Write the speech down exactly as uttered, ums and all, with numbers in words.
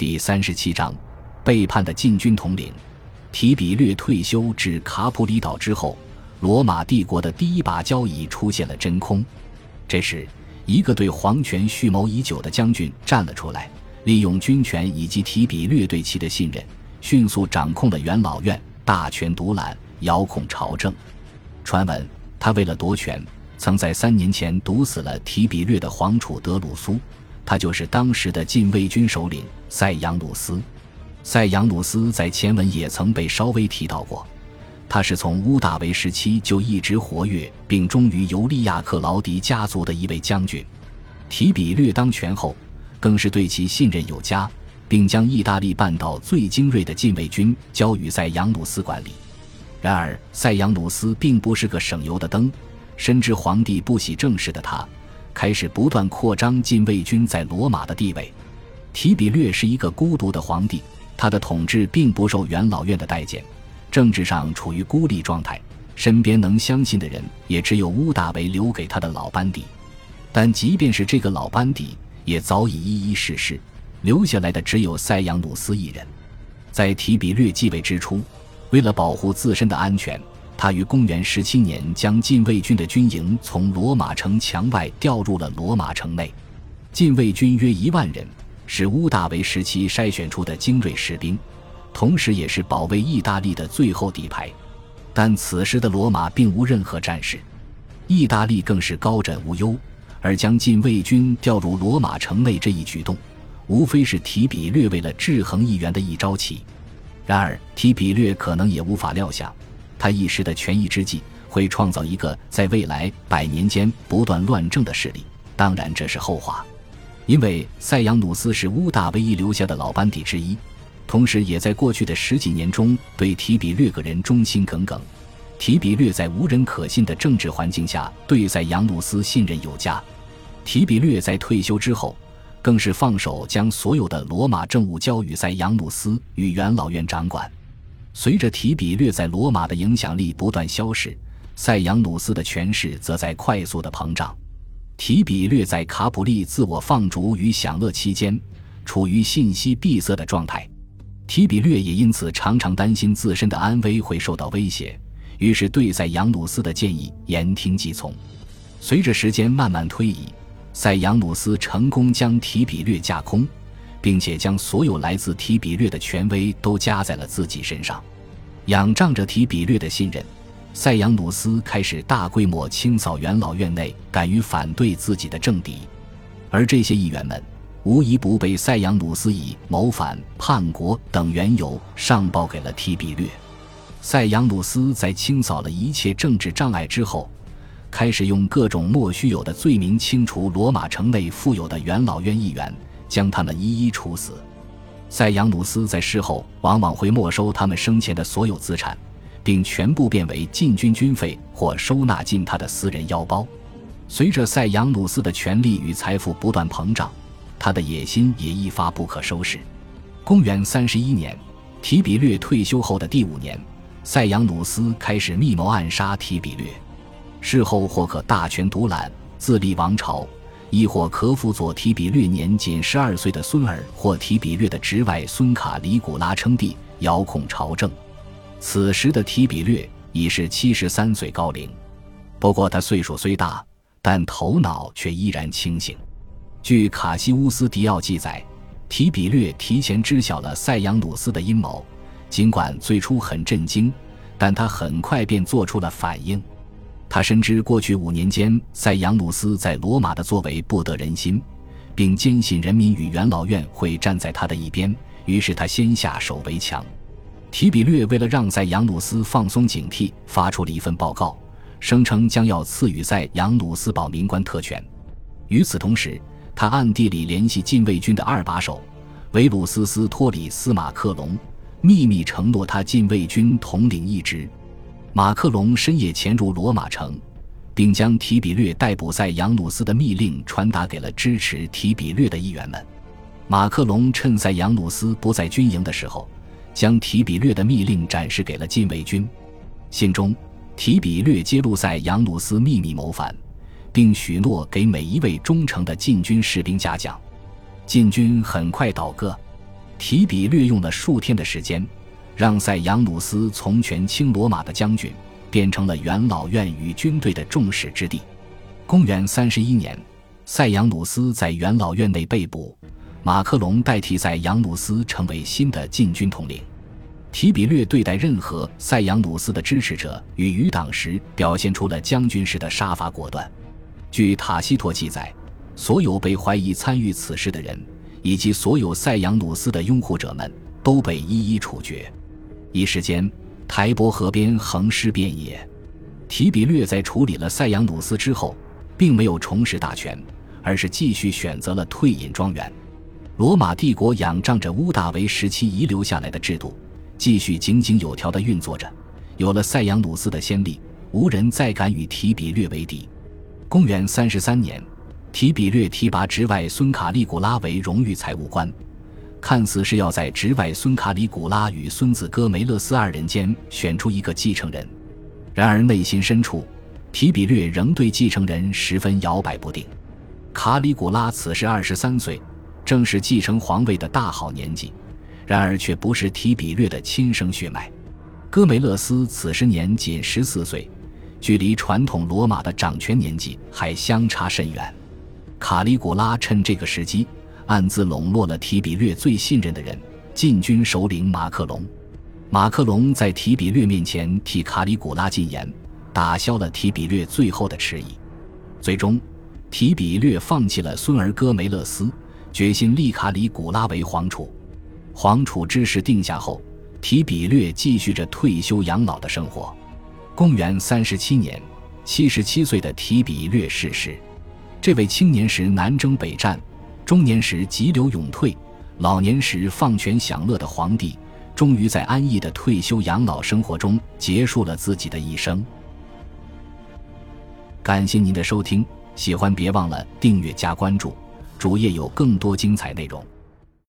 第三十七章，背叛的禁军统领。提比略退休至卡普里岛之后，罗马帝国的第一把交椅出现了真空。这时，一个对皇权蓄谋已久的将军站了出来，利用军权以及提比略对其的信任，迅速掌控了元老院，大权独揽，遥控朝政。传闻他为了夺权，曾在三年前毒死了提比略的皇储德鲁苏，他就是当时的禁卫军首领塞扬努斯。塞扬努斯在前文也曾被稍微提到过，他是从乌大维时期就一直活跃并忠于尤利亚克劳迪家族的一位将军。提比略当权后，更是对其信任有加，并将意大利半岛最精锐的禁卫军交予塞扬努斯管理。然而塞扬努斯并不是个省油的灯，深知皇帝不喜政事的他，开始不断扩张禁卫军在罗马的地位。提比略是一个孤独的皇帝，他的统治并不受元老院的待见，政治上处于孤立状态，身边能相信的人也只有乌大维留给他的老班底。但即便是这个老班底，也早已一一逝世，留下来的只有塞扬努斯一人。在提比略继位之初，为了保护自身的安全，他于公元十七年将禁卫军的军营从罗马城墙外调入了罗马城内。禁卫军约一万人，是乌大维时期筛选出的精锐士兵，同时也是保卫意大利的最后底牌。但此时的罗马并无任何战事，意大利更是高枕无忧，而将禁卫军调入罗马城内这一举动，无非是提比略为了制衡议员的一招棋。然而提比略可能也无法料想，他一时的权宜之计会创造一个在未来百年间不断乱政的势力。当然这是后话，因为塞扬努斯是乌大维遗留下的老班底之一，同时也在过去的十几年中对提比略个人忠心耿耿。提比略在无人可信的政治环境下对塞扬努斯信任有加。提比略在退休之后，更是放手将所有的罗马政务交予塞扬努斯与元老院掌管。随着提比略在罗马的影响力不断消逝，塞扬努斯的权势则在快速的膨胀。提比略在卡普利自我放逐与享乐期间，处于信息闭塞的状态。提比略也因此常常担心自身的安危会受到威胁，于是对塞扬努斯的建议言听计从。随着时间慢慢推移，塞扬努斯成功将提比略架空，并且将所有来自提比略的权威都加在了自己身上。仰仗着提比略的信任，塞扬努斯开始大规模清扫元老院内敢于反对自己的政敌，而这些议员们无一不被塞扬努斯以谋反、叛国等缘由上报给了提比略。塞扬努斯在清扫了一切政治障碍之后，开始用各种莫须有的罪名清除罗马城内富有的元老院议员，将他们一一处死。塞扬努斯在事后往往会没收他们生前的所有资产，并全部变为禁军军费或收纳进他的私人腰包。随着塞扬努斯的权力与财富不断膨胀，他的野心也一发不可收拾。公元三十一年，提比略退休后的第五年，塞扬努斯开始密谋暗杀提比略。事后或可大权独揽，自立王朝，亦或可辅佐提比略年仅十二岁的孙儿或提比略的侄外孙卡里古拉称帝，遥控朝政。此时的提比略已是七十三岁高龄，不过他岁数虽大，但头脑却依然清醒。据卡西乌斯迪奥记载，提比略提前知晓了塞扬努斯的阴谋，尽管最初很震惊，但他很快便做出了反应。他深知过去五年间塞扬努斯在罗马的作为不得人心，并坚信人民与元老院会站在他的一边，于是他先下手为强。提比略为了让塞扬努斯放松警惕，发出了一份报告，声称将要赐予塞扬努斯保民官特权。与此同时，他暗地里联系禁卫军的二把手维鲁斯斯托里斯马克龙，秘密承诺他禁卫军统领一职。马克龙深夜潜入罗马城，并将提比略逮捕塞扬努斯的密令传达给了支持提比略的议员们。马克龙趁塞扬努斯不在军营的时候，将提比略的密令展示给了禁卫军。信中，提比略揭露塞扬努斯秘密谋反，并许诺给每一位忠诚的禁军士兵嘉奖。禁军很快倒戈。 提比略用了数天的时间，让塞扬努斯从权倾罗马的将军变成了元老院与军队的众矢之的。公元三十一年，塞扬努斯在元老院内被捕，马克龙代替塞扬努斯成为新的禁军统领。提比略对待任何塞扬努斯的支持者与余党时表现出了将军式的杀伐果断。据塔西佗记载，所有被怀疑参与此事的人以及所有塞扬努斯的拥护者们都被一一处决。一时间，台伯河边横尸遍野。提比略在处理了塞扬努斯之后，并没有重拾大权，而是继续选择了退隐庄园。罗马帝国仰仗着屋大维时期遗留下来的制度，继续井井有条地运作着。有了塞扬努斯的先例，无人再敢与提比略为敌。公元三十三年，提比略提拔执外孙卡利古拉为荣誉财务官，看似是要在执外孙卡里古拉与孙子哥梅勒斯二人间选出一个继承人。然而内心深处，提比略仍对继承人十分摇摆不定。卡里古拉此时二十三岁，正是继承皇位的大好年纪，然而却不是提比略的亲生血脉。哥梅勒斯此时年仅十四岁，距离传统罗马的掌权年纪还相差甚远。卡里古拉趁这个时机，暗自笼络了提比略最信任的人，禁军首领马克龙。马克龙在提比略面前替卡里古拉进言，打消了提比略最后的迟疑。最终，提比略放弃了孙儿哥梅勒斯，决心立卡里古拉为皇储。皇储之事定下后，提比略继续着退休养老的生活。公元三十七年，七十七岁的提比略逝世。这位青年时南征北战，中年时急流勇退，老年时放权享乐的皇帝，终于在安逸的退休养老生活中结束了自己的一生。感谢您的收听，喜欢别忘了订阅加关注，主页有更多精彩内容。